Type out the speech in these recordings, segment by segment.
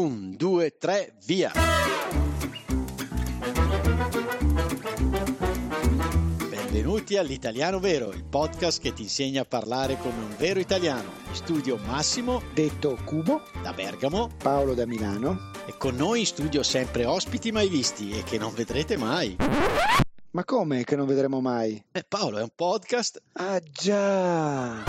Un, due, tre, via! Benvenuti all'Italiano Vero, il podcast che ti insegna a parlare come un vero italiano. In studio Massimo, detto Cubo, da Bergamo, Paolo da Milano. E con noi in studio sempre ospiti mai visti e che non vedrete mai. Ma come che non vedremo mai? Paolo, è un podcast. Ah già!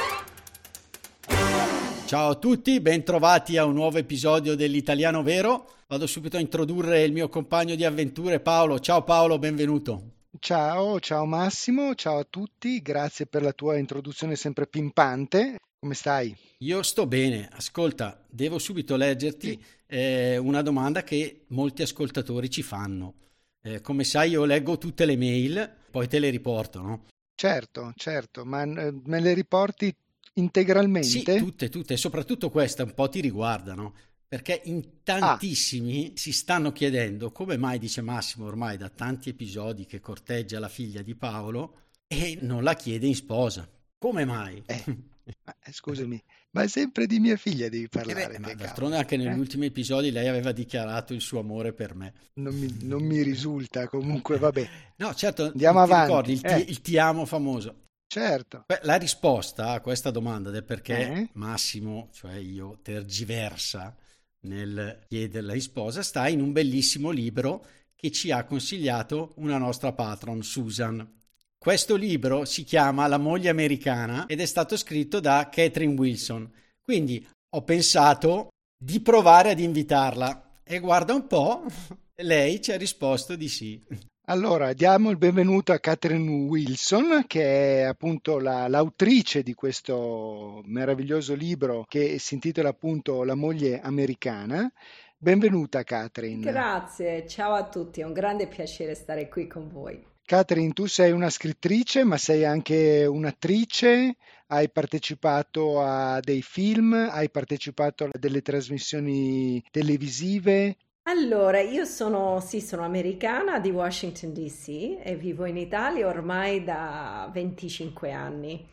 Ciao a tutti, bentrovati a un nuovo episodio dell'Italiano Vero. Vado subito a introdurre il mio compagno di avventure Paolo. Ciao Paolo, benvenuto. Ciao Massimo, ciao a tutti, grazie per la tua introduzione sempre pimpante. Come stai? Io sto bene. Ascolta, devo subito leggerti una domanda che molti ascoltatori ci fanno. Come sai, io leggo tutte le mail, poi te le riporto, no? Certo, ma me le riporti integralmente? Sì, tutte, e soprattutto questa un po' ti riguardano, perché in tantissimi si stanno chiedendo come mai, dice Massimo, ormai da tanti episodi che corteggia la figlia di Paolo e non la chiede in sposa. Come mai? Scusami, ma è sempre di mia figlia devi parlare. Ma d'altronde anche negli ultimi episodi lei aveva dichiarato il suo amore per me. Non mi risulta, comunque vabbè. No, certo, andiamo avanti. Ricordi il ti amo famoso. Certo. La risposta a questa domanda del perché Massimo, cioè io, tergiversa nel chiederla in sposa, sta in un bellissimo libro che ci ha consigliato una nostra patron, Susan. Questo libro si chiama La moglie americana ed è stato scritto da Catherine Wilson. Quindi ho pensato di provare ad invitarla e guarda un po', lei ci ha risposto di sì. Allora, diamo il benvenuto a Catherine Wilson, che è appunto l'autrice di questo meraviglioso libro che si intitola appunto La moglie americana. Benvenuta Catherine. Grazie, ciao a tutti, è un grande piacere stare qui con voi. Catherine, tu sei una scrittrice, ma sei anche un'attrice, hai partecipato a dei film, hai partecipato a delle trasmissioni televisive. Allora, io sono americana di Washington DC e vivo in Italia ormai da 25 anni.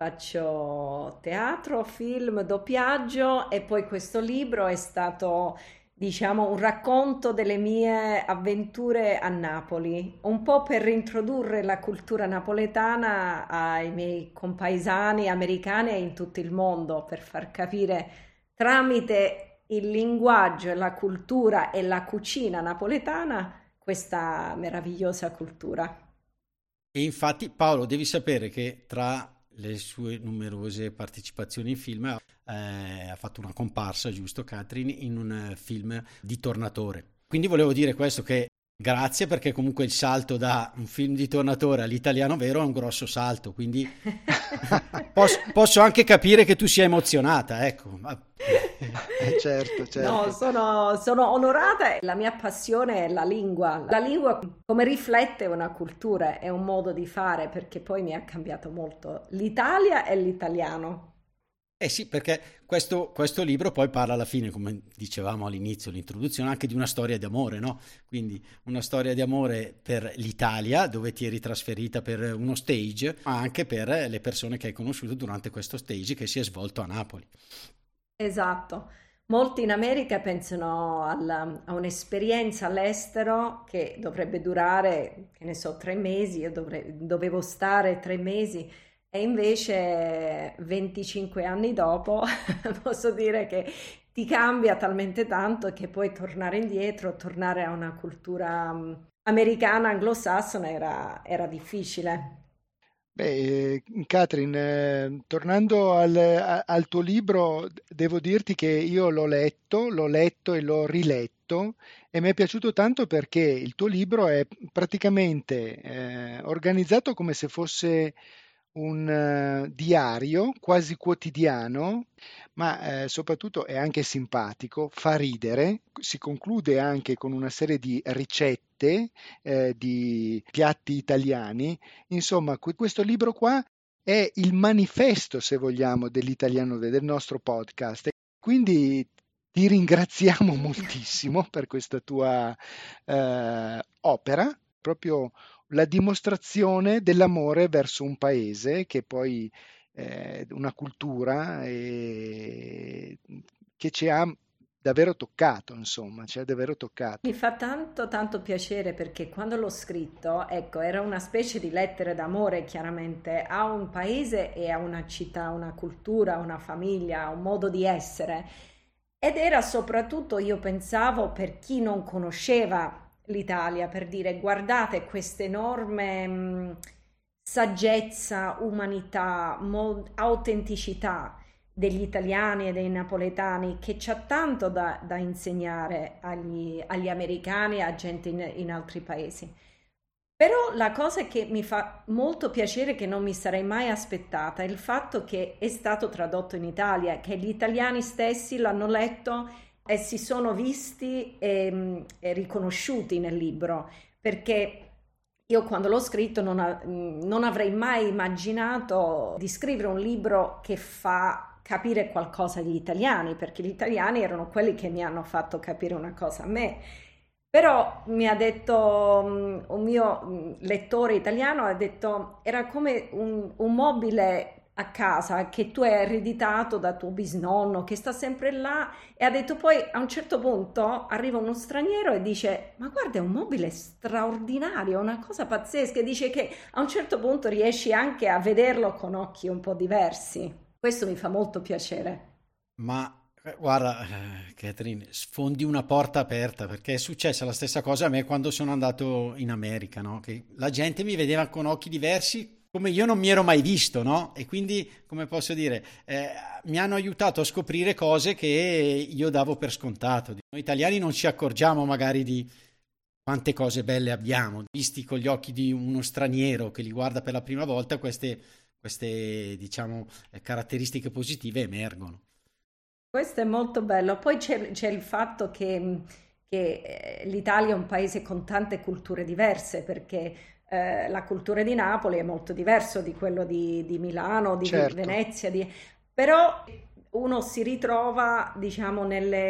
Faccio teatro, film, doppiaggio e poi questo libro è stato, diciamo, un racconto delle mie avventure a Napoli, un po' per introdurre la cultura napoletana ai miei compaesani americani e in tutto il mondo, per far capire tramite il linguaggio e la cultura e la cucina napoletana questa meravigliosa cultura. E infatti Paolo, devi sapere che tra le sue numerose partecipazioni in film ha fatto una comparsa, giusto Catherine, in un film di Tornatore. Quindi volevo dire questo, che grazie, perché comunque il salto da un film di Tornatore all'Italiano Vero è un grosso salto, quindi posso anche capire che tu sia emozionata, ecco. Certo. No, sono onorata. La mia passione è la lingua. La lingua come riflette una cultura, è un modo di fare, perché poi mi ha cambiato molto l'Italia e l'italiano. Eh sì, perché questo libro poi parla alla fine, come dicevamo all'inizio, l'introduzione, anche di una storia di amore, no? Quindi una storia di amore per l'Italia, dove ti eri trasferita per uno stage, ma anche per le persone che hai conosciuto durante questo stage che si è svolto a Napoli. Esatto. Molti in America pensano a un'esperienza all'estero che dovrebbe durare, che ne so, 3 mesi. Io dovevo stare 3 mesi. E invece 25 anni dopo posso dire che ti cambia talmente tanto che poi tornare indietro, tornare a una cultura americana, anglosassone era difficile. Beh, Catherine, tornando al tuo libro, devo dirti che io l'ho letto e l'ho riletto e mi è piaciuto tanto perché il tuo libro è praticamente organizzato come se fosse un diario quasi quotidiano, ma soprattutto è anche simpatico, fa ridere, si conclude anche con una serie di ricette di piatti italiani. Insomma, questo libro qua è il manifesto, se vogliamo, dell'italiano, del nostro podcast. Quindi ti ringraziamo moltissimo per questa tua opera, proprio la dimostrazione dell'amore verso un paese che poi una cultura che ci ha davvero toccato, insomma, ci ha davvero toccato. Mi fa tanto tanto piacere perché quando l'ho scritto, ecco, era una specie di lettera d'amore chiaramente a un paese e a una città, una cultura, una famiglia, un modo di essere. Ed era soprattutto, io pensavo, per chi non conosceva l'Italia, per dire guardate questa enorme saggezza, umanità, autenticità degli italiani e dei napoletani che c'ha tanto da insegnare agli americani e a gente in altri paesi. Però la cosa che mi fa molto piacere, che non mi sarei mai aspettata, è il fatto che è stato tradotto in Italia, che gli italiani stessi l'hanno letto e si sono visti e riconosciuti nel libro, perché io quando l'ho scritto non avrei mai immaginato di scrivere un libro che fa capire qualcosa agli italiani, perché gli italiani erano quelli che mi hanno fatto capire una cosa a me. Però mi ha detto un mio lettore italiano, ha detto era come un mobile a casa che tu hai ereditato da tuo bisnonno, che sta sempre là, e ha detto poi a un certo punto arriva uno straniero e dice ma guarda, è un mobile straordinario, una cosa pazzesca, e dice che a un certo punto riesci anche a vederlo con occhi un po' diversi. Questo mi fa molto piacere. Ma guarda, Catherine, sfondi una porta aperta, perché è successa la stessa cosa a me quando sono andato in America, no? Che la gente mi vedeva con occhi diversi come io non mi ero mai visto, no? E quindi, come posso dire, mi hanno aiutato a scoprire cose che io davo per scontato. Noi italiani non ci accorgiamo magari di quante cose belle abbiamo, visti con gli occhi di uno straniero che li guarda per la prima volta, queste diciamo, caratteristiche positive emergono. Questo è molto bello. Poi c'è il fatto che l'Italia è un paese con tante culture diverse, perché la cultura di Napoli è molto diversa di quello di Milano, di Certo. Venezia, però uno si ritrova, diciamo,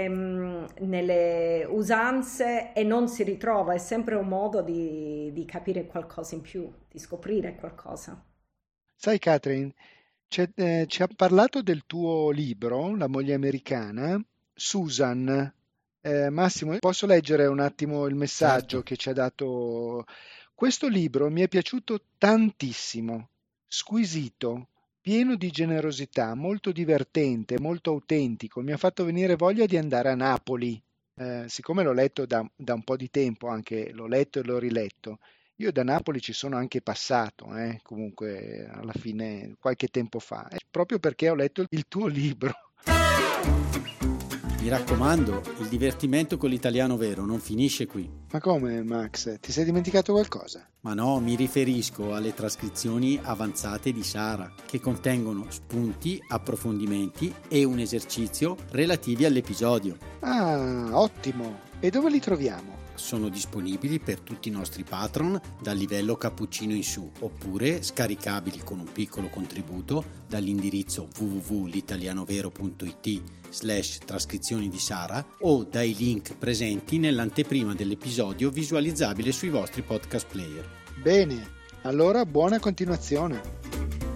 nelle usanze e non si ritrova, è sempre un modo di capire qualcosa in più, di scoprire qualcosa. Sai, Catherine, ci ha parlato del tuo libro, La moglie americana, Susan. Massimo, posso leggere un attimo il messaggio Certo. che ci ha dato? Questo libro mi è piaciuto tantissimo, squisito, pieno di generosità, molto divertente, molto autentico. Mi ha fatto venire voglia di andare a Napoli. Siccome l'ho letto da un po' di tempo, anche l'ho letto e l'ho riletto. Io da Napoli ci sono anche passato, comunque alla fine qualche tempo fa, proprio perché ho letto il tuo libro. Mi raccomando, il divertimento con l'italiano vero non finisce qui. Ma come, Max? Ti sei dimenticato qualcosa? Ma no, mi riferisco alle trascrizioni avanzate di Sara, che contengono spunti, approfondimenti e un esercizio relativi all'episodio. Ah, ottimo! E dove li troviamo? Sono disponibili per tutti i nostri patron dal livello cappuccino in su, oppure scaricabili con un piccolo contributo dall'indirizzo www.litalianovero.it/trascrizioni di Sara o dai link presenti nell'anteprima dell'episodio visualizzabile sui vostri podcast player. Bene, allora buona continuazione.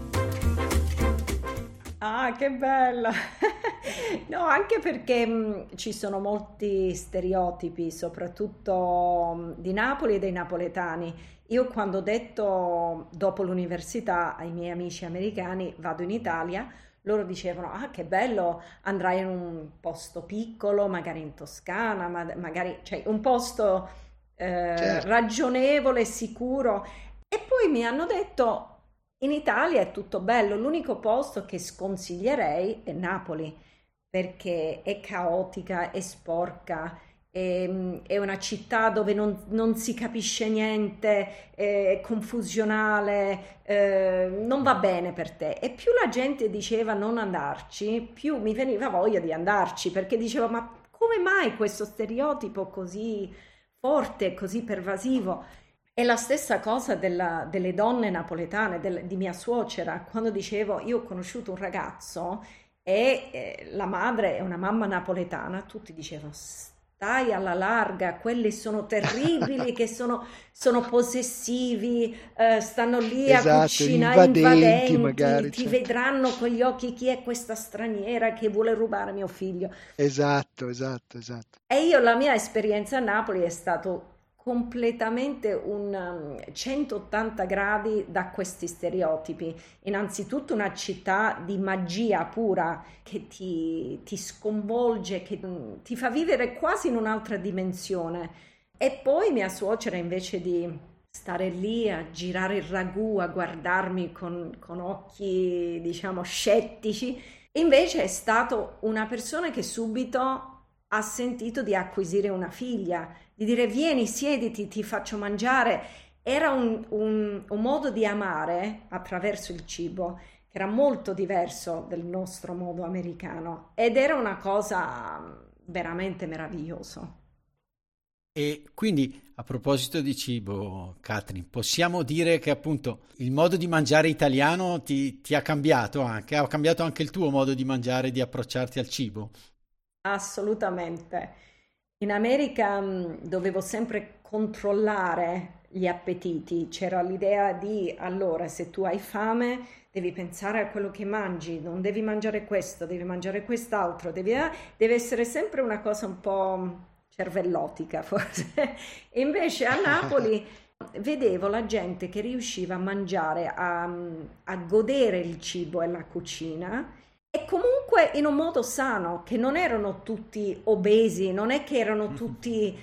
Ah, che bella! No, anche perché ci sono molti stereotipi, soprattutto di Napoli e dei napoletani. Io quando ho detto dopo l'università ai miei amici americani vado in Italia, loro dicevano, ah, che bello, andrai in un posto piccolo, magari in Toscana, magari, cioè un posto Certo. ragionevole, sicuro. E poi mi hanno detto, in Italia è tutto bello, l'unico posto che sconsiglierei è Napoli, perché è caotica, è sporca, è una città dove non si capisce niente, è confusionale, non va bene per te. E più la gente diceva non andarci, più mi veniva voglia di andarci, perché dicevo, ma come mai questo stereotipo così forte, così pervasivo? È la stessa cosa delle donne napoletane, di mia suocera, quando dicevo io ho conosciuto un ragazzo e la madre è una mamma napoletana, tutti dicevano sta stai alla larga, quelli sono terribili, che sono possessivi, stanno lì a Esatto, cucinare, invadenti invadenti, magari, ti certo. vedranno con gli occhi, chi è questa straniera che vuole rubare mio figlio? Esatto, esatto, esatto. E la mia esperienza a Napoli è stato completamente un 180 gradi da questi stereotipi. Innanzitutto una città di magia pura che ti sconvolge, che ti fa vivere quasi in un'altra dimensione. E poi mia suocera, invece di stare lì a girare il ragù, a guardarmi con occhi, diciamo, scettici, invece è stato una persona che subito ha sentito di acquisire una figlia, di dire vieni, siediti, ti faccio mangiare. Era un modo di amare attraverso il cibo che era molto diverso del nostro modo americano ed era una cosa veramente meravigliosa. E quindi a proposito di cibo, Catherine, possiamo dire che appunto il modo di mangiare italiano ti ha cambiato anche, ha cambiato anche il tuo modo di mangiare, di approcciarti al cibo? Assolutamente. In America dovevo sempre controllare gli appetiti, c'era l'idea di allora se tu hai fame devi pensare a quello che mangi, non devi mangiare questo, devi mangiare quest'altro, deve essere sempre una cosa un po' cervellotica forse. E invece a Napoli vedevo la gente che riusciva a mangiare, a godere il cibo e la cucina e comunque in un modo sano, che non erano tutti obesi, non è che erano tutti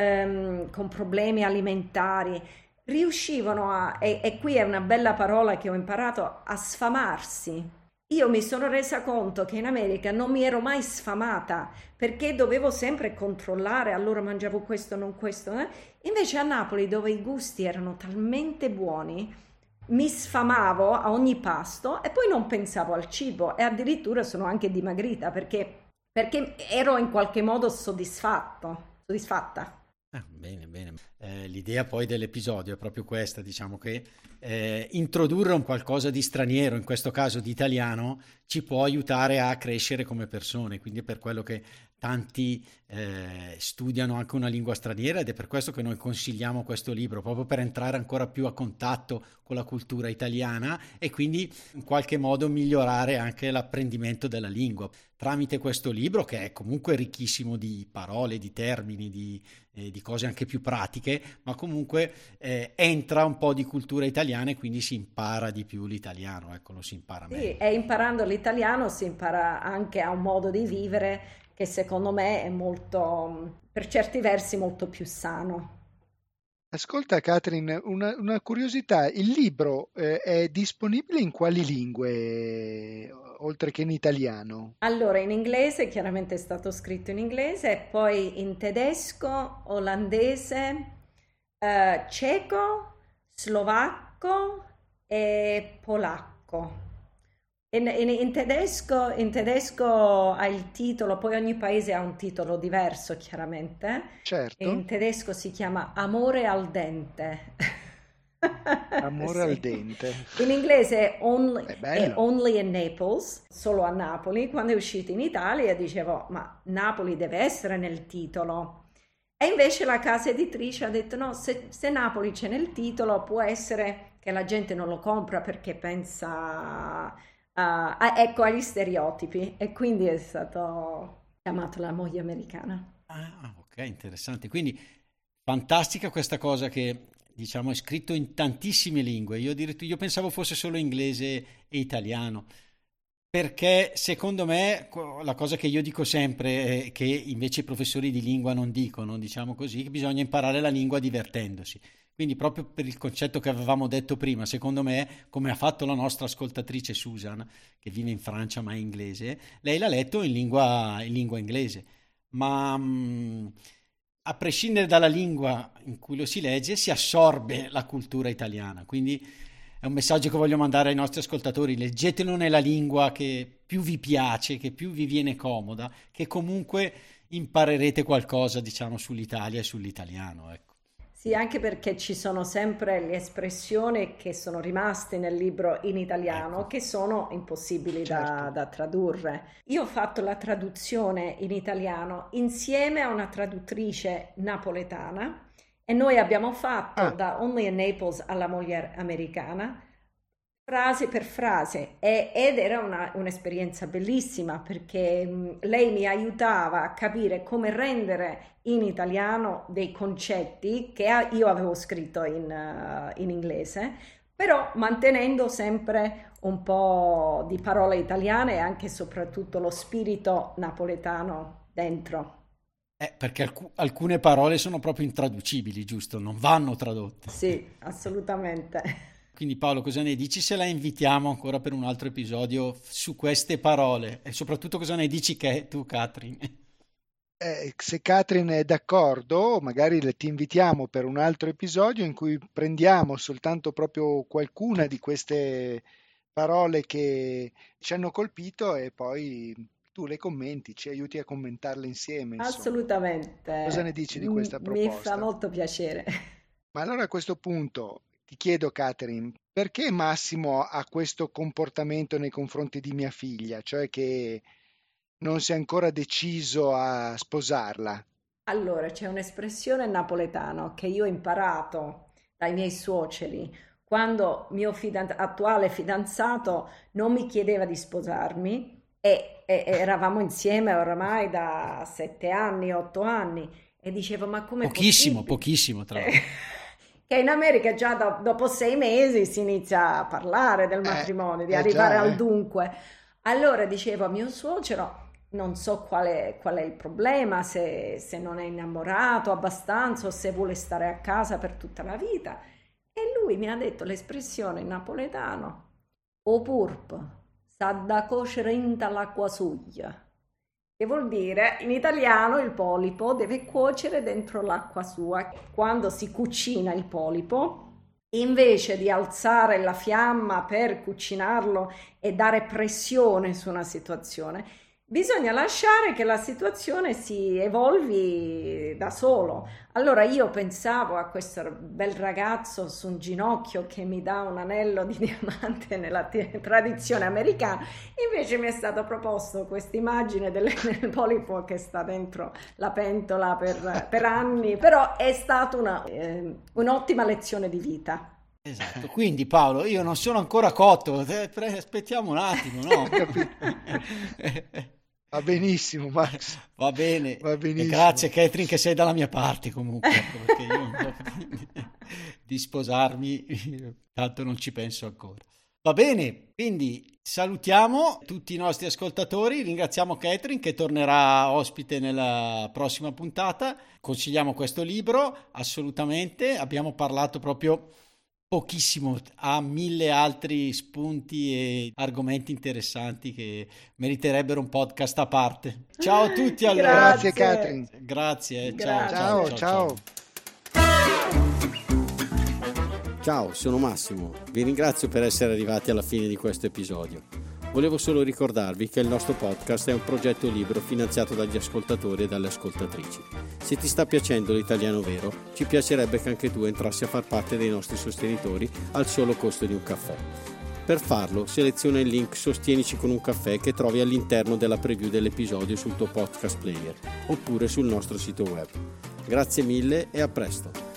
con problemi alimentari, riuscivano e qui è una bella parola che ho imparato, a sfamarsi. Io mi sono resa conto che in America non mi ero mai sfamata perché dovevo sempre controllare, allora mangiavo questo, non questo. Invece a Napoli, dove i gusti erano talmente buoni, mi sfamavo a ogni pasto e poi non pensavo al cibo e addirittura sono anche dimagrita perché ero in qualche modo soddisfatta. Bene, bene. L'idea poi dell'episodio è proprio questa, diciamo che introdurre un qualcosa di straniero, in questo caso di italiano, ci può aiutare a crescere come persone, quindi è per quello che tanti studiano anche una lingua straniera ed è per questo che noi consigliamo questo libro, proprio per entrare ancora più a contatto con la cultura italiana e quindi in qualche modo migliorare anche l'apprendimento della lingua tramite questo libro che è comunque ricchissimo di parole, di termini, di cose anche più pratiche, ma comunque entra un po' di cultura italiana e quindi si impara di più l'italiano, ecco, lo si impara meglio. Sì, e imparando l'italiano si impara anche a un modo di vivere che secondo me è molto, per certi versi, molto più sano. Ascolta, Catherine, una curiosità, il libro è disponibile in quali lingue, oltre che in italiano? Allora, in inglese, chiaramente è stato scritto in inglese, e poi in tedesco, olandese, ceco, slovacco e polacco. In tedesco ha il titolo, poi ogni paese ha un titolo diverso, chiaramente. E in Certo, tedesco si chiama Amore al dente. Amore al Sì. dente. In inglese È è bello. Only in Naples, solo a Napoli. Quando è uscito in Italia dicevo, ma Napoli deve essere nel titolo. E invece la casa editrice ha detto, no, se Napoli c'è nel titolo può essere che la gente non lo compra perché pensa, ecco, agli stereotipi. E quindi è stato chiamato La moglie americana. Ok, interessante. Quindi fantastica questa cosa che diciamo è scritto in tantissime lingue. Io pensavo fosse solo inglese e italiano. Perché secondo me la cosa che io dico sempre, che invece i professori di lingua non dicono, diciamo così, che bisogna imparare la lingua divertendosi. Quindi proprio per il concetto che avevamo detto prima, secondo me, come ha fatto la nostra ascoltatrice Susan, che vive in Francia ma è inglese, lei l'ha letto in lingua inglese. Ma a prescindere dalla lingua in cui lo si legge, si assorbe la cultura italiana. Quindi è un messaggio che voglio mandare ai nostri ascoltatori: leggetelo nella lingua che più vi piace, che più vi viene comoda, che comunque imparerete qualcosa, diciamo, sull'Italia e sull'italiano, ecco. Sì, anche perché ci sono sempre le espressioni che sono rimaste nel libro in italiano, Ecco. che sono impossibili Certo. da tradurre. Io ho fatto la traduzione in italiano insieme a una traduttrice napoletana e noi abbiamo fatto da Only in Naples alla moglie americana, frase per frase, ed era un'esperienza bellissima perché lei mi aiutava a capire come rendere in italiano dei concetti che io avevo scritto in inglese, però mantenendo sempre un po' di parole italiane e anche e soprattutto lo spirito napoletano dentro. Perché alcune parole sono proprio intraducibili, giusto? Non vanno tradotte. Sì, assolutamente. Quindi Paolo, cosa ne dici se la invitiamo ancora per un altro episodio su queste parole? E soprattutto cosa ne dici tu, Katrin? Se Katrin è d'accordo, magari ti invitiamo per un altro episodio in cui prendiamo soltanto proprio qualcuna di queste parole che ci hanno colpito e poi tu le commenti, ci aiuti a commentarle insieme, insomma. Assolutamente. Cosa ne dici di questa Mi fa proposta? molto piacere. Ma allora a questo punto ti chiedo, Katrin, perché Massimo ha questo comportamento nei confronti di mia figlia, cioè che non si è ancora deciso a sposarla? Allora, c'è un'espressione napoletana che io ho imparato dai miei suoceri quando mio attuale fidanzato non mi chiedeva di sposarmi e eravamo insieme oramai da 7 anni, 8 anni e dicevo ma come Pochissimo, pochissimo tra l'altro. Che in America già dopo 6 mesi si inizia a parlare del matrimonio, di arrivare al dunque. Allora dicevo a mio suocero, non so qual è il problema, se non è innamorato abbastanza o se vuole stare a casa per tutta la vita. E lui mi ha detto l'espressione in napoletano, o purp, sa da cuocere inta l'acqua suglia. Che vuol dire, in italiano il polipo deve cuocere dentro l'acqua sua. Quando si cucina il polipo, invece di alzare la fiamma per cucinarlo e dare pressione su una situazione, bisogna lasciare che la situazione si evolvi da solo. Allora io pensavo a questo bel ragazzo su un ginocchio che mi dà un anello di diamante nella tradizione americana, invece mi è stato proposto questa immagine del polipo che sta dentro la pentola per anni, però è stata un'ottima lezione di vita. Esatto, quindi Paolo, io non sono ancora cotto, aspettiamo un attimo, no? Va benissimo, Max. Va bene. Va benissimo. Grazie, Katrin, che sei dalla mia parte comunque, perché io di sposarmi, tanto non ci penso ancora. Va bene, quindi salutiamo tutti i nostri ascoltatori, ringraziamo Katrin che tornerà ospite nella prossima puntata, consigliamo questo libro, assolutamente, abbiamo parlato proprio pochissimo, ha 1000 altri spunti e argomenti interessanti che meriterebbero un podcast a parte. Ciao a tutti allora. Grazie Katrin. Grazie. Ciao. Ciao, sono Massimo. Vi ringrazio per essere arrivati alla fine di questo episodio. Volevo solo ricordarvi che il nostro podcast è un progetto libero finanziato dagli ascoltatori e dalle ascoltatrici. Se ti sta piacendo l'italiano vero, ci piacerebbe che anche tu entrassi a far parte dei nostri sostenitori al solo costo di un caffè. Per farlo, seleziona il link Sostienici con un caffè che trovi all'interno della preview dell'episodio sul tuo podcast player oppure sul nostro sito web. Grazie mille e a presto!